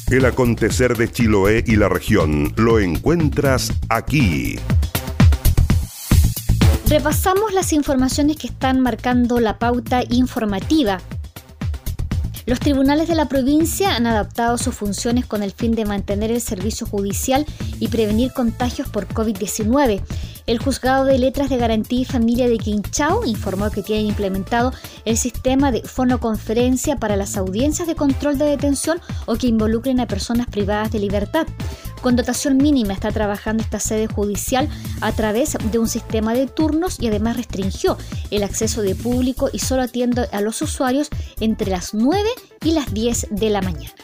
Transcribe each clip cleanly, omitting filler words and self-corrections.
El acontecer de Chiloé y la región lo encuentras aquí. Repasamos las informaciones que están marcando la pauta informativa. Los tribunales de la provincia han adaptado sus funciones con el fin de mantener el servicio judicial y prevenir contagios por COVID-19. El Juzgado de Letras de Garantía y Familia de Quinchao informó que tienen implementado el sistema de fonoconferencia para las audiencias de control de detención o que involucren a personas privadas de libertad. Con dotación mínima está trabajando esta sede judicial a través de un sistema de turnos y además restringió el acceso de público y solo atiende a los usuarios entre las 9 y las 10 de la mañana.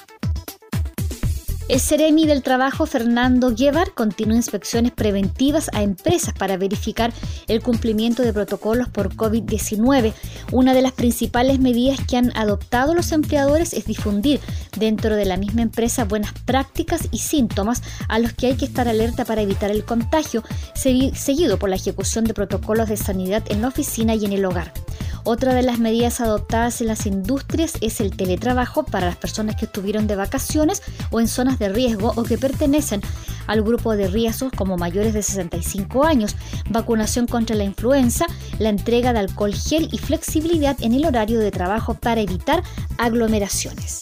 El Ceremi del Trabajo, Fernando Guevar, continúa inspecciones preventivas a empresas para verificar el cumplimiento de protocolos por COVID-19. Una de las principales medidas que han adoptado los empleadores es difundir dentro de la misma empresa buenas prácticas y síntomas a los que hay que estar alerta para evitar el contagio, seguido por la ejecución de protocolos de sanidad en la oficina y en el hogar. Otra de las medidas adoptadas en las industrias es el teletrabajo para las personas que estuvieron de vacaciones o en zonas de riesgo o que pertenecen al grupo de riesgos como mayores de 65 años, vacunación contra la influenza, la entrega de alcohol gel y flexibilidad en el horario de trabajo para evitar aglomeraciones.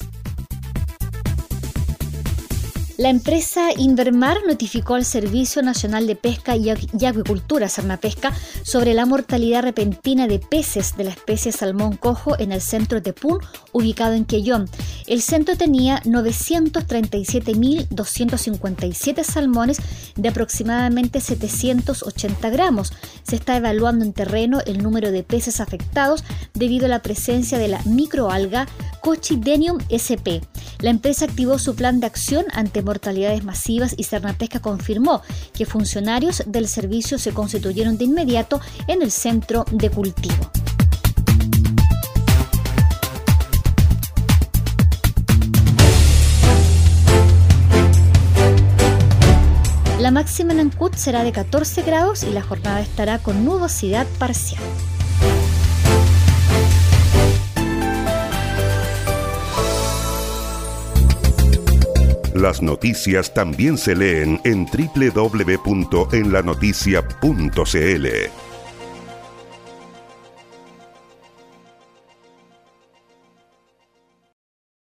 La empresa Invermar notificó al Servicio Nacional de Pesca y Acuicultura, Sernapesca, sobre la mortalidad repentina de peces de la especie salmón cojo en el centro de Puno, ubicado en Quellón. El centro tenía 937.257 salmones de aproximadamente 780 gramos. Se está evaluando en terreno el número de peces afectados debido a la presencia de la microalga Cochidenium sp. La empresa activó su plan de acción ante mortalidades masivas y Sernapesca confirmó que funcionarios del servicio se constituyeron de inmediato en el centro de cultivo. La máxima en Ancud será de 14 grados y la jornada estará con nubosidad parcial. Las noticias también se leen en www.enlanoticia.cl.